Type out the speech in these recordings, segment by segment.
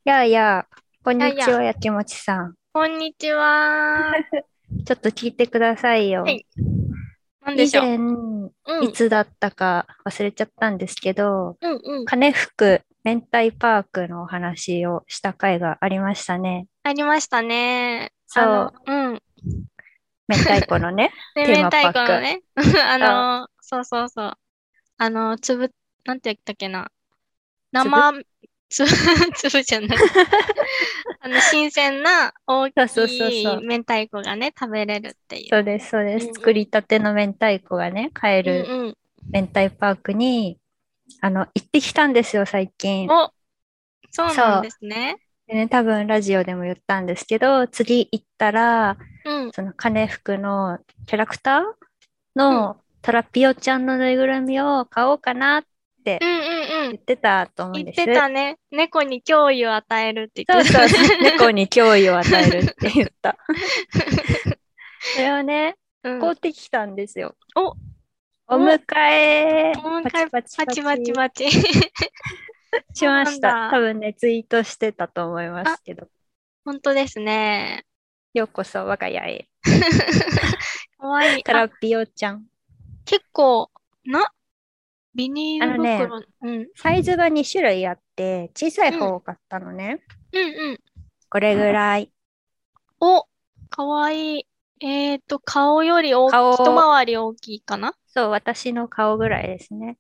やあやあ、こんいやいや、 にちは、やきもちさん。 こんにちは。 ちょっと聞いてくださいよ。 はい、なんでしょう。 以前、 うん、 いつだったか忘れちゃったんですけど、 うん、うん。 金福明太パークのお話をした回がありましたね。 ありましたね。 そう、 うん。 明太子のね、 で、 テーマ明太パーク。 子のね。 そうそうそうそう。なんて言ったっけな。 粒生、つぶ、粒じゃなくて、新鮮な大そうそうそうそう。 きい明太子がね、食べれるっていう。 そうです、そうでうん、 す。作うん。 りたての明太子がね、買えうん、 るうん。 明太パークに、行ってきたんですよ、最近。 お、そうなんそう。 ですね。 でね、多分ラジオでも言ったんですけど、次行ったら、 うん、 その金服のキャラクターうん。 のトラピオちゃんのぬいぐるみを買おうかなってうん、うん、うん。 言ってたと思うん言ってです。 たね。猫に脅威を与えるって言ってたそうそうそう、猫ね。 に脅威を与えるって言った。それをね、 うん。 買うてきたんですよ。 お、 おお、 迎え、 もう一回パチパチパチパチパチパチ。 しそうなました。多んだ。 分ね、ツイートしてたと思いまあ、 すけど。 本当ですね。 ようこそ我が家へ。 かわいい。あ、 トラピオちゃん。 結構、ビニールあのね、 袋。うん。 サイズが2種類あって、小さいうん。 方を買ったのね。 うんうん。 これぐらい。 お、かわいい。顔より一顔、 回り大きいかな？ そう、私の顔ぐらいですね。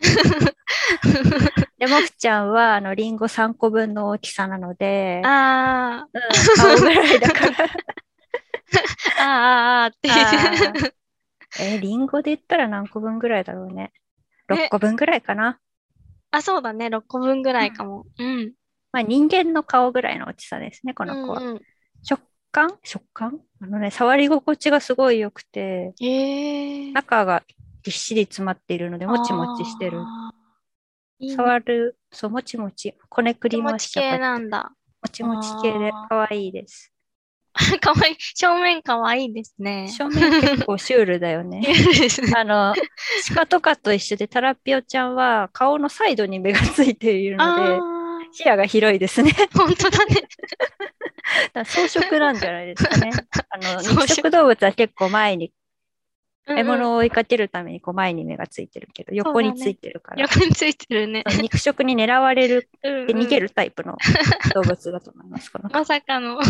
で、もふちゃんは、リンゴ3個分の大きさなので、 あー。 うん、顔ぐらいだからあーあーあーってあいう。 リンゴで言ったら何個分ぐらいだろうね。6 え、 個分ぐらいかな。 あ、そうだね。6個分ぐうん。 らいかも。うん。 まあ、人間の顔ぐらいの大きさですね、こうの子は。 んうん。 食感触り心地がすごい良くて、 ええ、 中がぎっしり詰まっているので、もちもちしてる。 ああ、いいね。 触る、そう、もちもち、こねく気持り回しちゃう、こうち系やって。 なんだ。 もちもち系であ可愛いです。 あ、かわいい。正面かわいいですね。 正面結構シュールだよね。 いいですね。 鹿とかと一緒でタラピオちゃんは顔のサイドに目がついているので、 あ視野が広いですね。 あ、本当だね。 だから草食なんじゃないですかね。肉装飾。 食動物は結構前に、獲うんうん。 物を追いかけるためにこう前に目がついてるけど、横についそうだね。 てるから、 横についてるね。 その肉食に狙われるうんうん。 で逃げるタイプの動物だと思います、この子。 まさかの。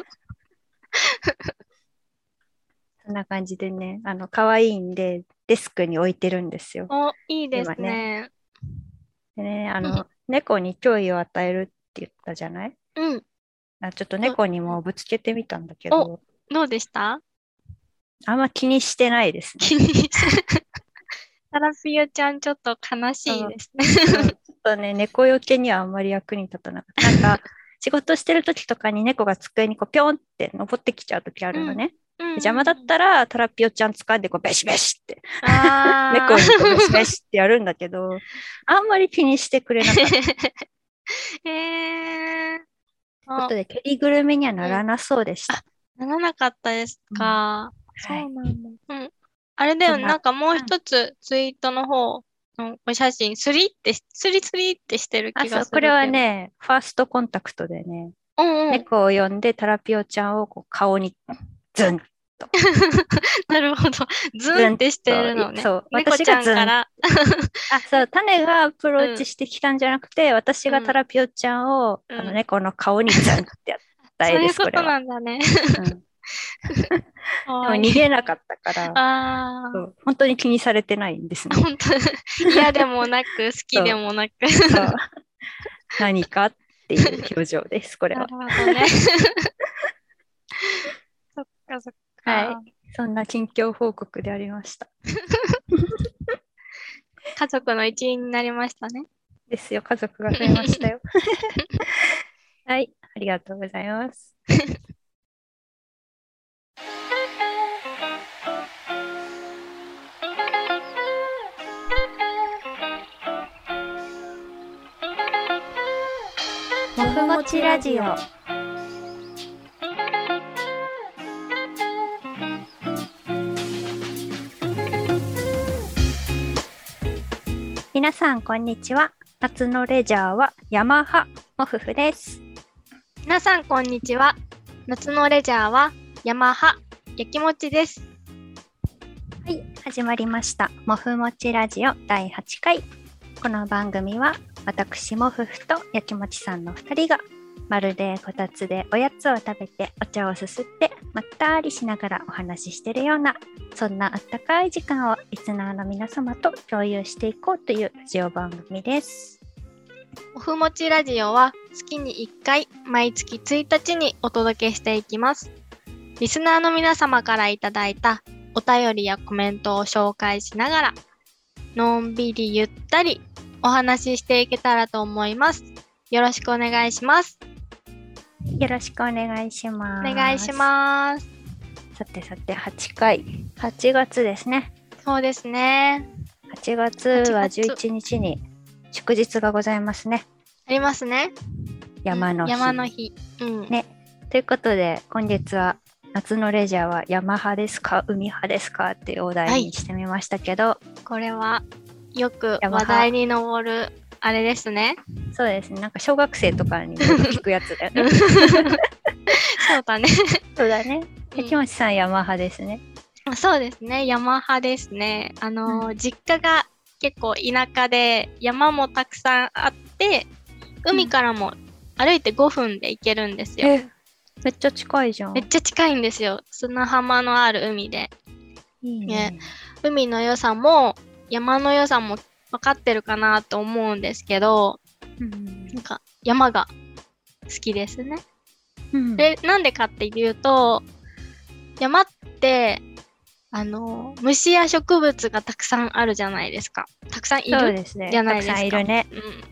そんな感じでね、可愛いんで、デスクに置いてるんですよ。 お、いいです今ね。 ね。 でね、猫に脅威を与えるって言ったじゃない。 うん。 ちょっとど、 猫にもぶつけてみたんだけお、 ど、 どうでした？ あんま気にしてないですね。 気にして。タラピオちゃんちょっと悲しいそう、 ですね。 そう、ちょっとね、猫よけにはあんまり役に立たなかった。なんか、仕事してる時とかに猫が机にこうぴょんって登ってきちゃう時あうん。 るのね。 うん邪魔だっうんうん。 たらトラピオちゃん掴んでこうベシベシってあ猫にこうベシベあ。 シってやるんだけど、あんまり気にしてくれなかった。 ええー、あ、 ことで、蹴りぐるみにはなうん。 らなそうでしあ、 た。 ならなかったですうん。 か？ はい。 そうなんだ。うん。あれだよね。なそんな、 んかもううん。 一つツイートの方のお写真、スリスリってしてるあ、 気がそう、これするけど。 はね、ファーストコンタクトでね、 うんうん。 猫を呼んでタラピオちゃんをこう顔にズンと、 なるほど。ズズンンってしてと、 るのね。 そう、 猫ち私がズン。 ゃんから。 あ、そう、種がアプローチうん、 してきたんじゃなくて、私がタうん、 ラピオちゃんをうん。 猫の顔にズンってやった絵です、 そういうことこれは。 なんだね。 うん。 かわいい。 でも逃げなかったから、そあう、本当に気にされてないんですあ、 ね。 本当。嫌でもなく、好きそう、 でもなく。 そう、何かっていう表情です、これなは。 るほどね。そっかそっはい。 か。 そんな近況報告でありました。 家族の一員になりましたね。 ですよ、家族が増えましたよ。はい、ありがとうございます。もふもちラジオ。皆さん、こんにちは。夏のレジャーはヤマハモフフです。 皆さんこんにちは。夏のレジャーは山派やきもちです。 はい、始まりました。もふもちラジオ第8回。この番組は私もふふとやきもちさんの2人がまるでこたつでおやつを食べてお茶をすすってまったりしながらお話ししているような、そんなあったかい時間をリスナーの皆様と共有していこうというラジオ番組です。 もふもちラジオは月に1回毎月1日にお届けしていきます。リスナーの皆様からいただいたお便りやコメントを紹介しながらのんびりゆったりお話ししていけたらと思います。よろしくお願いします。 よろしくお願いします。 お願いします。 さて8回。8月ですね。 そうですね。 8月は11日に祝日がございますね。 ありますね。 山の日。 山の日。 ね。ということで今月は夏のレジャーは山派ですか海派ですかっていうお題にしてみましたけど、 これはよく話題に上るあれですね。 そうですね。なんか小学生とかによく聞くやつだよね。 そうだね。 そうだね。やきもちさん山派ですね。 そうですね。山派ですね。実家が結構田舎で山もたくさんあって海からも歩いて5分で行けるんですよ。 めっちゃ近いじゃん。 めっちゃ近いんですよ。砂浜のある海で。 いいね。 海の良さも山の良さも分かってるかなと思うんですけど、なんか山が好きですね。で、なんでかっていうと、山って虫や植物がたくさんあるじゃないですか。たくさんいる、 そうですね、 じゃないですか。 たくさんいるね。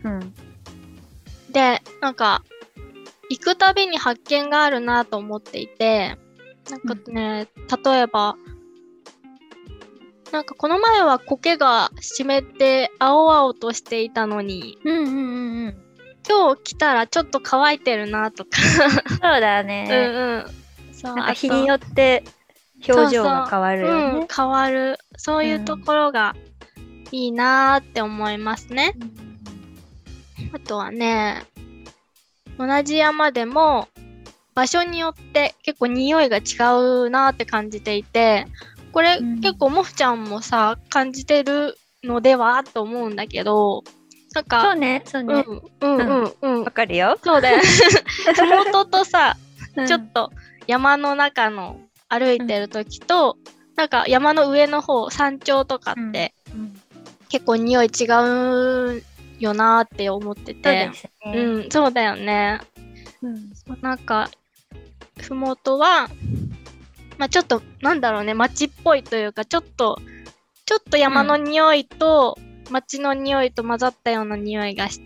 で、なんか行くたびに発見があるなと思っていて、なんかね、例えばなんかこの前は苔が湿って青々としていたのに、今日来たらちょっと乾いてるなとか。 そうだね。そう、なんか日によって表情が変わるよね。 変わる。そういうところがいいなーって思いますね。あとはね、同じ山でも場所によって結構匂いが違うなーって感じていて、これ、結構もふちゃんもさ感じてるのではと思うんだけど、なんかそうね。わかるよ。 そうだよ。ふもととさ、ちょっと山の中の歩いてる時と、なんか山の上の方山頂とかって、結構匂い違うよなって思ってて、そうだよね。なんかふもとはまあちょっとなんだろうね、街っぽいというかちょっと山の匂いと街の匂いと混ざったような匂いがして、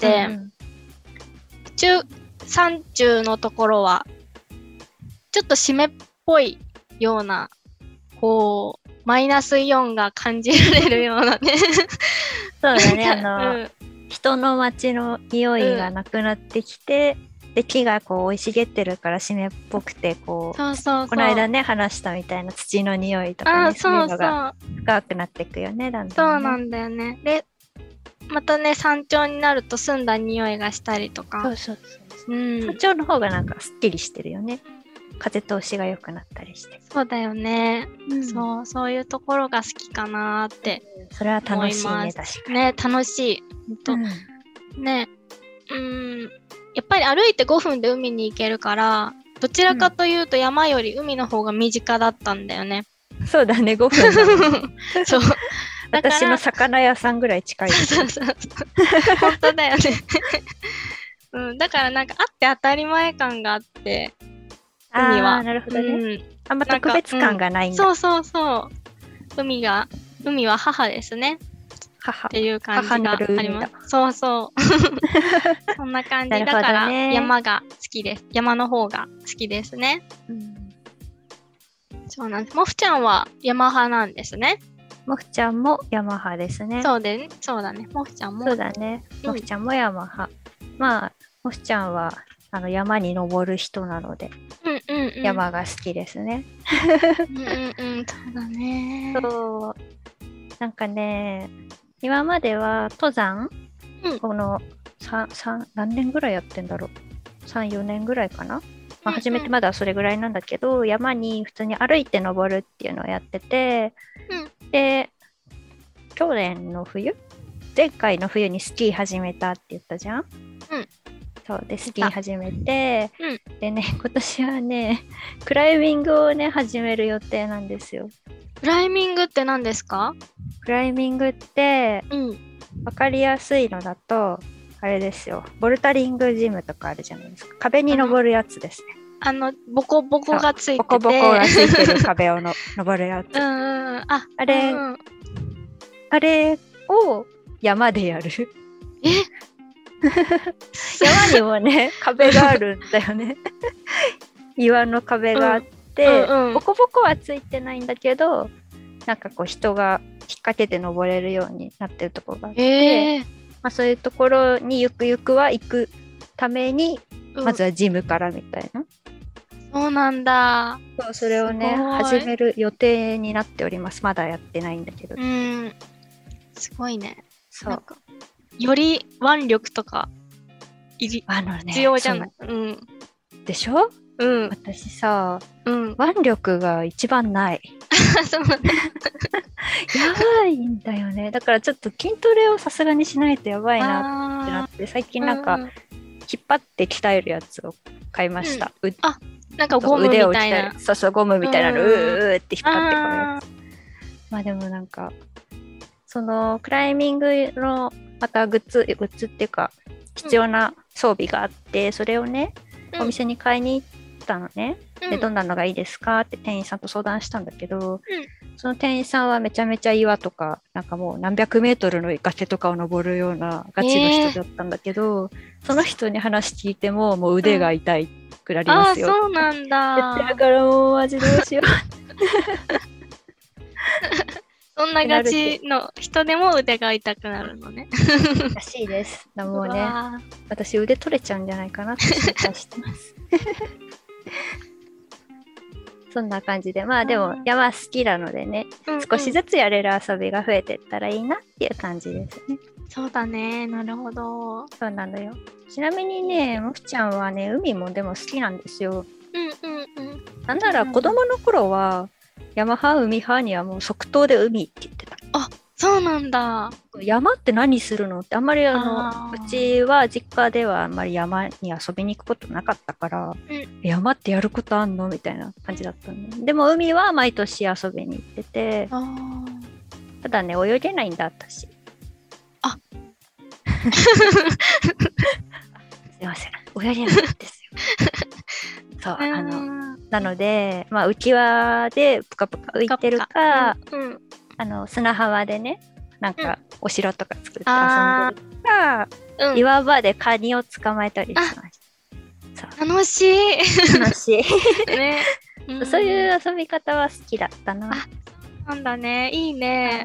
山中のところはちょっと湿っぽいようなこうマイナスイオンが感じられるようなね。 そうだね。人の街の匂いがなくなってきて、で木がこう生い茂ってるから湿っぽくてこの間ね話したみたいな土の匂いとかね、そういうのが深くなっていくよね、だんだんね。 そうなんだよね。でまたね山頂になると澄んだ匂いがしたりとか。 山頂の方がなんかすっきりしてるよね。風通しが良くなったりして。 そうだよね。そういうところが好きかなって。 それは楽しいね、確かに。 ね、楽しい。ね、やっぱり歩いて5分で海に行けるから、どちらかというと山より海の方が身近だったんだよね。 そうだね、5分だね。 そう。 私の魚屋さんぐらい近い。 本当だよね。だからなんかあって当たり前感があって、海は。 なるほどね。あんま特別感がないんだ。 そう。海は母ですね。 母っていう感じがあります。そう。そんな感じだから山が好きです。山の方が好きですね。そうなんです。もふちゃんは山派なんですね。 もふちゃんも山派ですね。 そうだね。もふちゃんも。 そうだね。もふちゃんも山派。まあ、もふちゃんは山に登る人なので、山が好きですね。 そうだね。 そう。なんかね、今までは登山、この何年ぐらいやってんだろう。 3、4年ぐらいかな。まあ、初めてまだそれぐらいなんだけど、山に普通に歩いて登るっていうのをやってて、で、去年の冬前回の冬にスキー始めたって言ったじゃん。そうでスキー始めて、でね、今年はねクライミングをね始める予定なんですよ。 クライミングって何ですか？ クライミングって、分かりやすいのだとあれですよ、ボルタリングジムとかあるじゃないですか。壁に登るやつですね。 ボコボコがついてて、 ボコボコがついてる壁を登るやつ。あれを山でやる。山にもね壁があるんだよね。岩の壁があって、ボコボコはついてないんだけど、なんかこう人が引っ掛けて登れるようになってるところがあって、まあ、そういうところにゆくゆくは行くために、まずはジムからみたいな。 そうなんだ。 そう、それをね始める予定になっております。まだやってないんだけど。 すごいね。 そう。 より腕力とか必要じゃない？ でしょ？私さ、腕力が一番ない。 そうなんだ。 やばいんだよね。だからちょっと筋トレをさすがにしないとやばいなってなって、最近なんか引っ張って鍛えるやつを買いました。 なんかゴムみたいな。 そう、ゴムみたいなのって引っ張ってこるやつ。まあでもなんかそのクライミングのまたグッズっていうか必要な装備があって、それをね、お店に買いに行ったのね。で、どんなのがいいですかって店員さんと相談したんだけど、その店員さんはめちゃめちゃ岩とか、なんかもう何百メートルの崖とかを登るようなガチの人だったんだけど、その人に話聞いてももう腕が痛いくらりますよ。 そうなんだ。 だからもうマジどうしよう。 そんなガチの人でも腕が痛くなるのね。 らしいです。もうね、私腕取れちゃうんじゃないかなって心配してます。そんな感じで、まあでも山好きなのでね、少しずつやれる遊びが増えてったらいいなっていう感じですね。 そうだね、なるほど。 そうなのよ。ちなみにね、もふちゃんはね、海もでも好きなんですよ。なんなら子供の頃は、山派海派にはもう即答で海って言ってた。 そうなんだ。 山って何するのってあんまりうちは実家ではあんまり山に遊びに行くことなかったから、山ってやることあんのみたいな感じだったんで。でも海は毎年遊びに行ってて、ただね泳げないんだ私。すいません、泳げないんですよ。そうなので、まあ、浮き輪でプカプカ浮いてるか、砂浜でね、なんかお城とか作って遊んでるか、岩場でカニを捕まえたりしました。 楽しい。 楽しい。 ね、 そういう遊び方は好きだったな。 なんだね、いいね。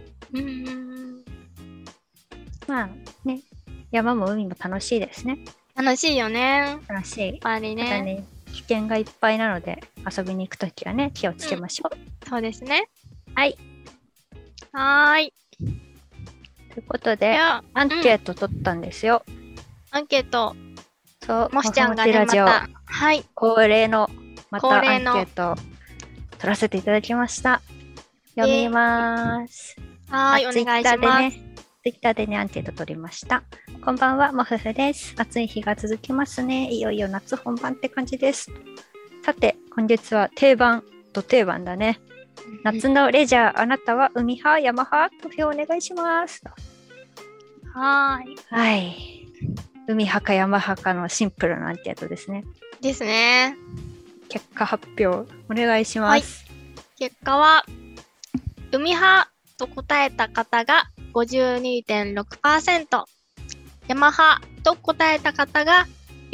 まあね、山も海も楽しいですね。 楽しいよね。 楽しい。やっぱりね。 ただね、危険がいっぱいなので遊びに行くときはね、気をつけましょう。そうですね。 はい。 ということで、アンケート取ったんですよ。 アンケート。 そう、 もしちゃんがね、また、 恒例のまたアンケートを取らせていただきました。読みます。 お願いします。 ツイッターでね、アンケート取りました。こんばんは、もふふです。暑い日が続きますね。いよいよ夏本番って感じです。さて、今月はド定番だね。夏のレジャー、あなたは海派、山派？投票お願いします。はい。海派か山派かのシンプルなアンケートですね。 ですね。 結果発表お願いします。 結果は、海派と答えた方が 52.6%、山派と答えた方が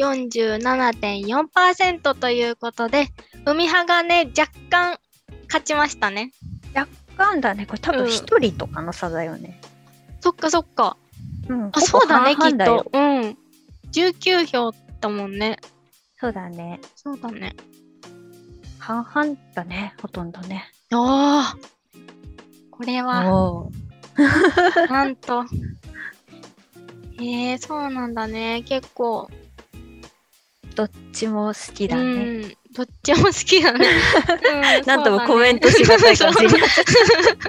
47.4% ということで、海派がね、若干勝ちましたね。 若干だね。これ多分1人とかの差だよね。 そっか。そうだね、きっと。19票だもんね。 そうだね。半々だね、ほとんどね。 これは。なんと。そうなんだね。結構。 どっちも好きだね。 どっちも好きだね。 なんともコメントしがたい感じになっちゃった。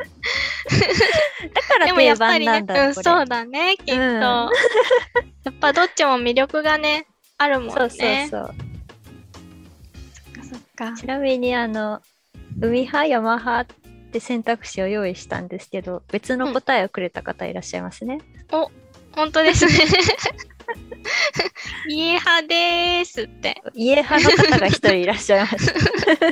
だから定番なんだね。 そうだね、きっと。やっぱどっちも魅力がね、あるもんね。 そう。 そっか。 ちなみに海派山派って選択肢を用意したんですけど、別の答えをくれた方いらっしゃいますね。 お、本当ですね。家派ですって。 家派の方が一人いらっしゃいました。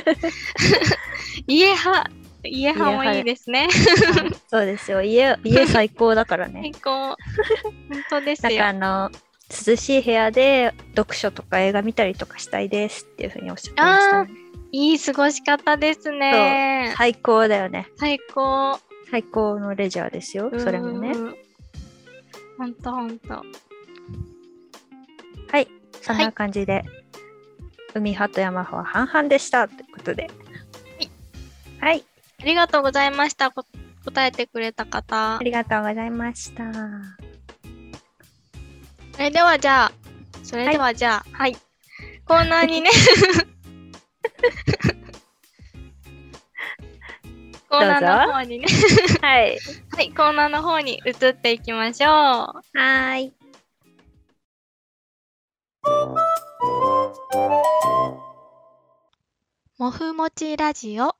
家派もいいですね。 そうですよ。家最高だからね。 最高。本当ですよ。 なんか涼しい部屋で読書とか映画見たりとかしたいですっていうふうにおっしゃってましたね。 いい過ごし方ですね。 最高だよね。 最高のレジャーですよ。それもね。 ほんと。 はい。そんな感じで、海派と山派は半々でしたということで。はい。 ありがとうございました。答えてくれた方。 ありがとうございました。 それではじゃあ、はい。コーナーにね。コーナーの方にね。はい。はい、コーナーの方に移っていきましょう。 はい。 もふもちラジオ。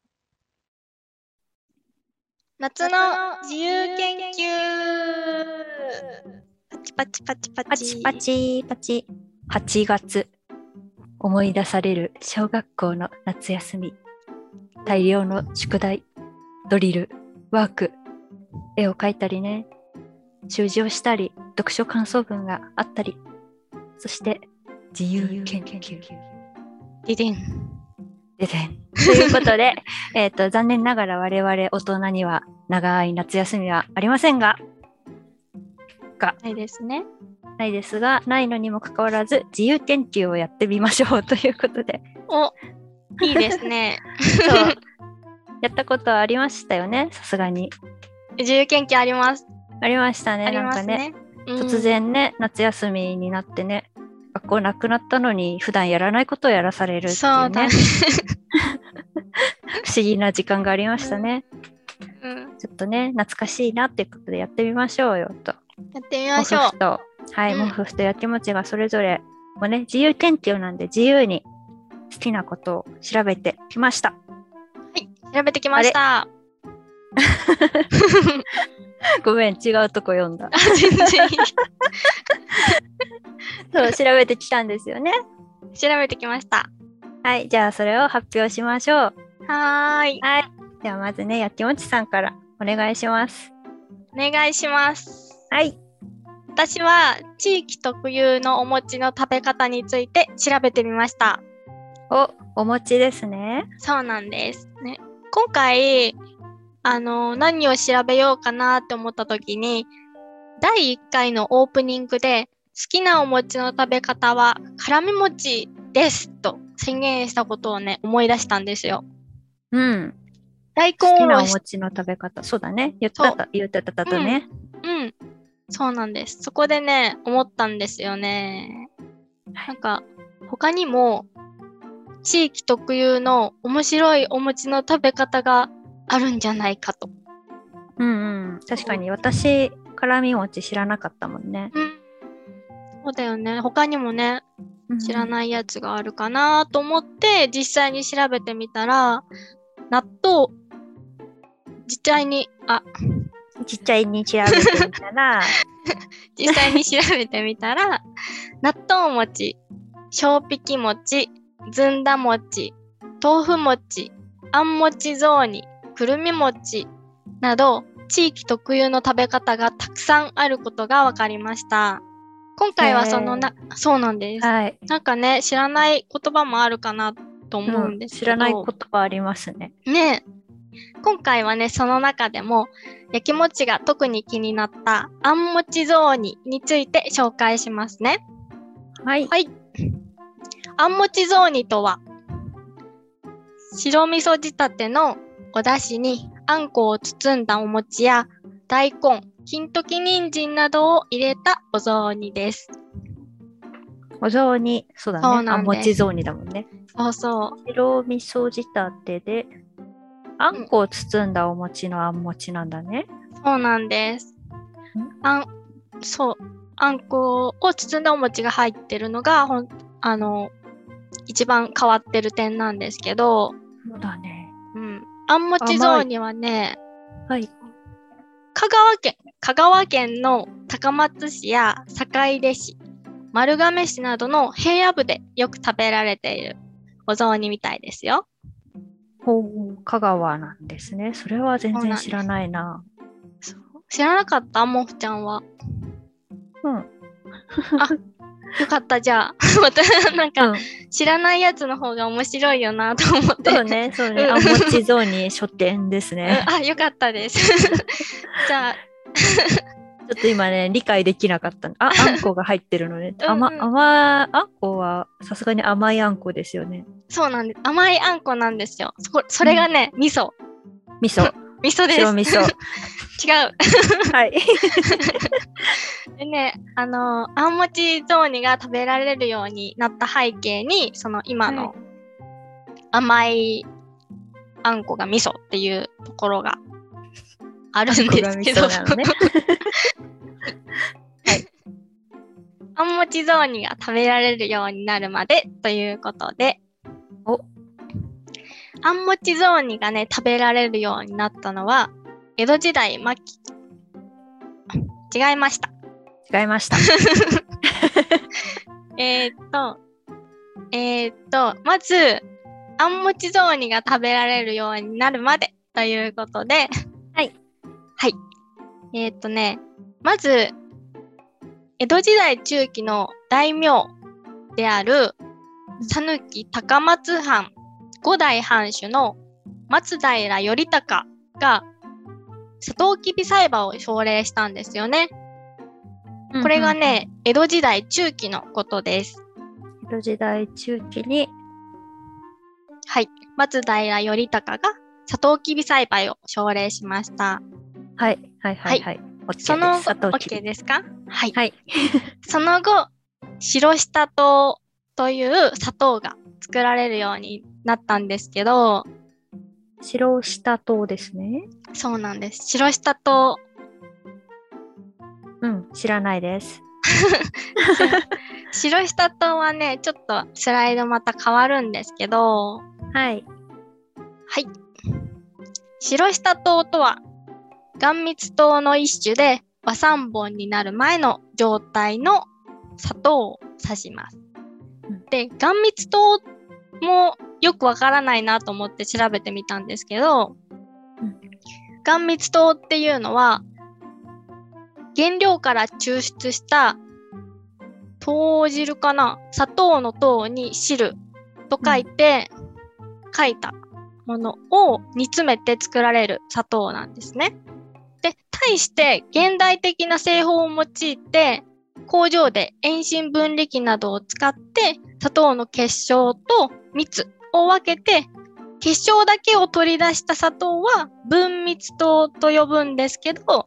夏の自由研究。パチパチ。 8月。思い出される小学校の夏休み。大量の宿題、ドリル、ワーク、絵を描いたりね。習字をしたり、読書感想文があったり。そして自由研究。 ででん。 ということで、残念ながら我々大人には長い夏休みはありませんが、 ないですね。 ないですが、ないのにもかかわらず自由研究をやってみましょうということで。 お、いいですね。 そう。やったことはありましたよね、さすがに。 自由研究あります。 ありましたね。なんかね、突然ね、夏休みになってね、学校なくなったのに普段やらないことをやらされるっていうね。 そうだね。 不思議な時間がありましたね。ちょっとね、懐かしいなっていうことでやってみましょうよと。 やってみましょう。 もふふとやきもちがそれぞれもね、自由研究なんで自由に好きなことを調べてきました。 はい、調べてきました。 ごめん、違うとこ読んだ。 全然いい。 そう、調べてきたんですよね。 調べてきました。 はい、じゃあそれを発表しましょう。 はい。 ではまずね、やきもちさんからお願いします。 お願いします。 はい。 私は地域特有のお餅の食べ方について調べてみました。 お餅ですね。 そうなんですね。今回何を調べようかなって思った時に、第1回のオープニングで好きなお餅の食べ方は辛み餅ですと宣言したことをね、思い出したんですよ。大根おろし。 好きなお餅の食べ方。そうだね。言ってたとね。 そうなんです。そこでね、思ったんですよね。なんか他にも地域特有の面白いお餅の食べ方があるんじゃないかと。 確かに私辛み餅知らなかったもんね。 そうだよね。他にもね、知らないやつがあるかなと思って実際に調べてみたら、納豆実際に調べてみたら実際に調べてみたら納豆餅、小挽餅、ずんだ餅、豆腐餅、あん餅雑煮、くるみ餅など地域特有の食べ方がたくさんあることが分かりました。今回はそうなんです、なんかね、知らない言葉もあるかなと思うんですけど、 知らない言葉ありますね。 今回はね、その中でもやきもちが特に気になったあん餅雑煮について紹介しますね。はい。あん餅雑煮とは、白味噌仕立てのお出汁にあんこを包んだお餅や大根、金時人参などを入れたお雑煮です。 お雑煮、そうだね。 そうなんです。 あんもち雑煮だもんね。 そうそう。 白味噌仕立てで、あんこを包んだお餅のあんもちなんだね。 そうなんです。そう。あんこを包んだお餅が入ってるのが、一番変わってる点なんですけど、 そうだね。 あんもち雑煮はね、 はい。 香川県の高松市や坂出市、丸亀市などの平野部でよく食べられているお雑煮みたいですよ。 ほう、香川なんですね。それは全然知らないな。 知らなかったもふちゃんは。 うん。 あ、よかった、じゃあ。また、なんか、知らないやつの方が面白いよなと思って。 そうね、そうね。あんもち雑煮書店ですね。 あ、よかったです。じゃあ、 ちょっと今ね、理解できなかった。あんこが入ってるのね。あんこはさすがに甘いあんこですよね。 そうなんです。甘いあんこなんですよ。それがね、味噌。 味噌。 味噌です。 白味噌。 違う。 はい。 でね、あんもち雑煮が食べられるようになった背景に、その今の甘いあんこが味噌っていうところがあるんですけど。あんもち雑煮が食べられるようになるまでということで、あんもち雑煮がね、食べられるようになったのは、江戸時代末期。違いました。 違いました。 まず、あんもち雑煮が食べられるようになるまでということで、 はい。 はい。まず、江戸時代中期の大名である、讃岐高松藩5代藩主の松平頼孝が、サトウキビ栽培を奨励したんですよね。これがね、江戸時代中期のことです。 江戸時代中期に、 はい、松平頼孝がサトウキビ栽培を奨励しました。 はい。 その後、OK ですか？はい。 はい。 その後、白下糖という砂糖が作られるようになったんですけど、 白下糖ですね。 そうなんです。白下糖。 知らないです。 白下糖はね、ちょっとスライドまた変わるんですけど、 はい。 はい。白下糖とは、岩蜜糖の一種で和三盆になる前の状態の砂糖を指します。で、岩蜜糖もよくわからないなと思って調べてみたんですけど、岩蜜糖っていうのは、原料から抽出した糖汁かな、砂糖の糖に汁と書いて、書いたものを煮詰めて作られる砂糖なんですね。で、対して現代的な製法を用いて、工場で遠心分離機などを使って砂糖の結晶と蜜を分けて、結晶だけを取り出した砂糖は分蜜糖と呼ぶんですけど、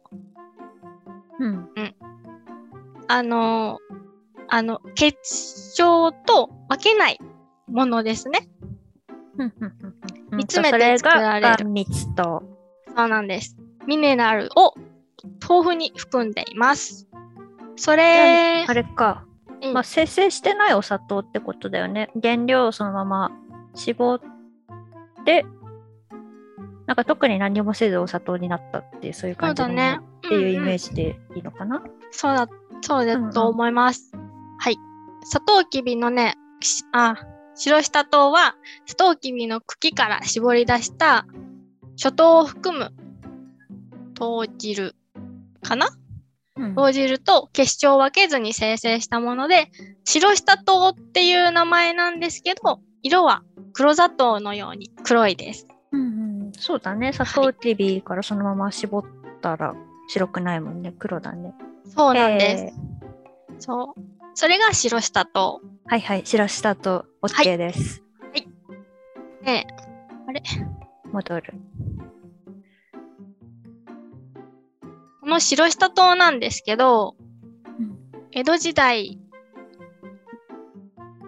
結晶と分けないものですね。煮詰めて作られる。 それが岩蜜糖。 そうなんです。ミネラルを豆腐に含んでいます。それ、 あれか。生成してないお砂糖ってことだよね。原料をそのまま絞って、なんか特に何もせずお砂糖になったっていう、そういう感じのものっていうイメージでいいのかな？ そうだと思います。はい。サトウキビのね、白下糖はサトウキビの茎から絞り出した初糖を含む糖汁かな？糖汁と結晶を分けずに生成したもので、白下糖っていう名前なんですけど、色は黒砂糖のように黒いです。 そうだね。サトウキビからそのまま絞ったら白くないもんね。黒だね。 そうなんです。それが白下糖。 はい。白下糖 OK です。 はい。ねえ、あれ？ 戻る。 この白下糖なんですけど、江戸時代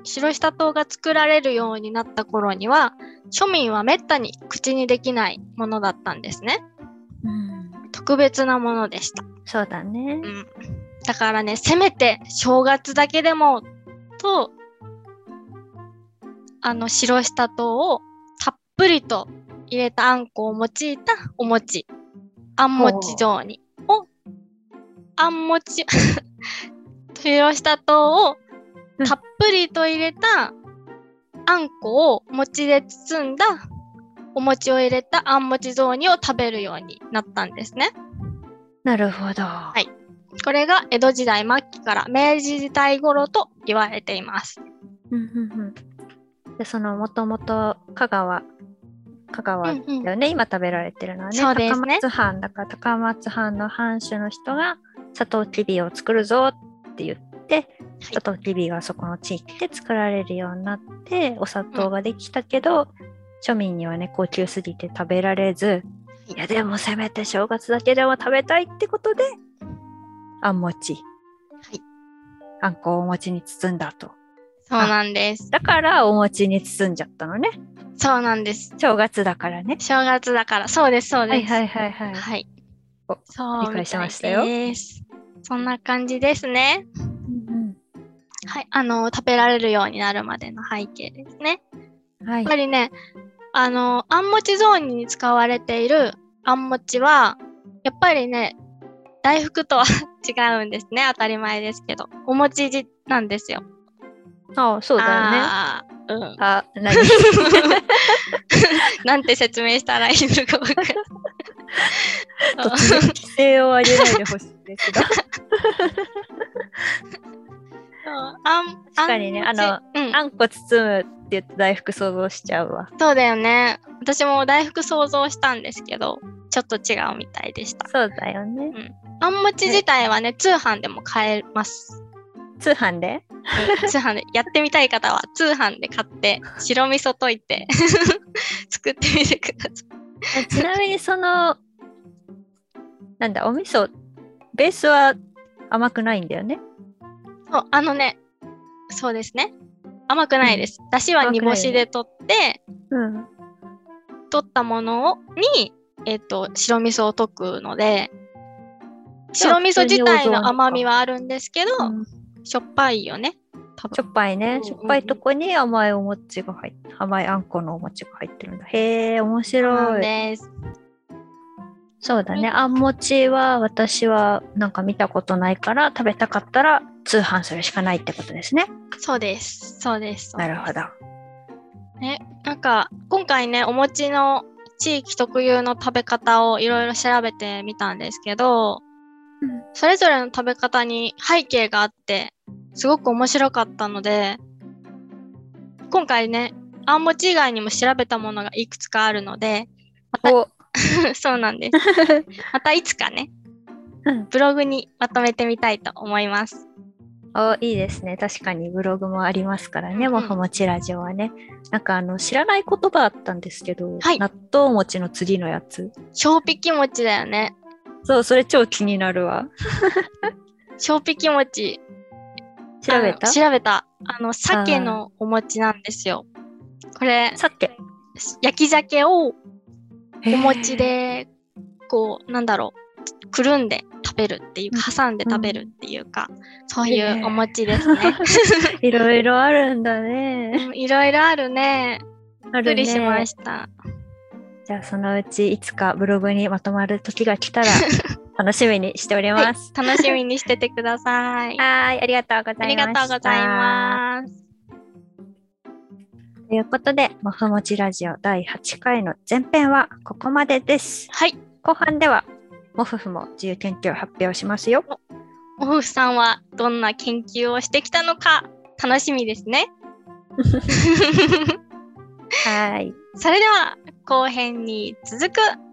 白下糖が作られるようになった頃には、庶民はめったに口にできないものだったんですね。特別なものでした。 そうだね。 だからね、せめて正月だけでもと、白下糖をたっぷりと入れたあんこを用いたお餅、あん餅雑煮を、白下糖をたっぷりと入れたあんこを餅で包んだお餅を入れたあん餅雑煮を食べるようになったんですね。 なるほど。 はい。これが江戸時代末期から明治時代頃と言われています。 で、そのもともと香川だよね、今食べられてるのはね。 そうですね。 高松藩だから、高松藩の藩主の人がサトウキビを作るぞって言って、サトウキビがそこの地域で作られるようになってお砂糖ができたけど、庶民にはね高級すぎて食べられず、いやでもせめて正月だけでも食べたいってことであん餅、あんこをお餅に包んだと。 そうなんです。 だからお餅に包んじゃったのね。 そうなんです。 正月だからね。 正月だから、そうですそうです。 はい。 そう理解しましたよ。 そんな感じですね。はい、食べられるようになるまでの背景ですね。やっぱりね、あん餅雑煮に使われているあん餅は、やっぱりね、大福とは違うんですね。当たり前ですけど。お餅なんですよ。 ああ、そうだよね。何なんて説明したらいいのか分からない。 突然規制を上げないでほしいですが。確かにね、あんこ包むって言って大福想像しちゃうわ。 そうだよね。私も大福想像したんですけど、ちょっと違うみたいでした。 そうだよね。 あん餅自体はね、通販でも買えます。 通販で通販でやってみたい方は通販で買って白味噌溶いて作ってみてください。 ちなみになんだ、お味噌ベースは甘くないんだよね。 そう、そうですね。甘くないです。だしは煮干しで取って、取ったものに、白味噌を溶くので、白味噌自体の甘みはあるんですけど、しょっぱいよね。 しょっぱいね。しょっぱいとこに甘いお餅が入って、甘いあんこのお餅が入ってるんだ。へえ、面白い。 そうです。 そうだね。あん餅は私はなんか見たことないから食べたかったら通販するしかないってことですね。 そうです。そうです。 なるほど。 ね、なんか今回ね、お餅の地域特有の食べ方をいろいろ調べてみたんですけど、それぞれの食べ方に背景があってすごく面白かったので、今回ね、あん餅以外にも調べたものがいくつかあるので、またそうなんです。またいつかね、ブログにまとめてみたいと思います。 いいですね。確かにブログもありますからね、もふもちラジオはね。なんか知らない言葉あったんですけど、納豆餅の次のやつ。 小ぴき餅だよね。 そう、それ超気になるわ。 小ぴき餅。 調べた？ 調べた。鮭のお餅なんですよ。これ、焼き鮭をお餅で、こう、くるんで食べるっていう、挟んで食べるっていうか、そういうお餅ですね。 いろいろあるんだね。 いろいろあるね。びっくりしました。 じゃあそのうちいつかブログにまとまる時が来たら楽しみにしております。 楽しみにしててください。 はい、ありがとうございました。 ありがとうございます。 ということで、もふもちラジオ第8回の前編はここまでです。 はい。 後半では、もふふも自由研究を発表しますよ。 もふふさんはどんな研究をしてきたのか楽しみですね。 はい。 それでは後編に続く。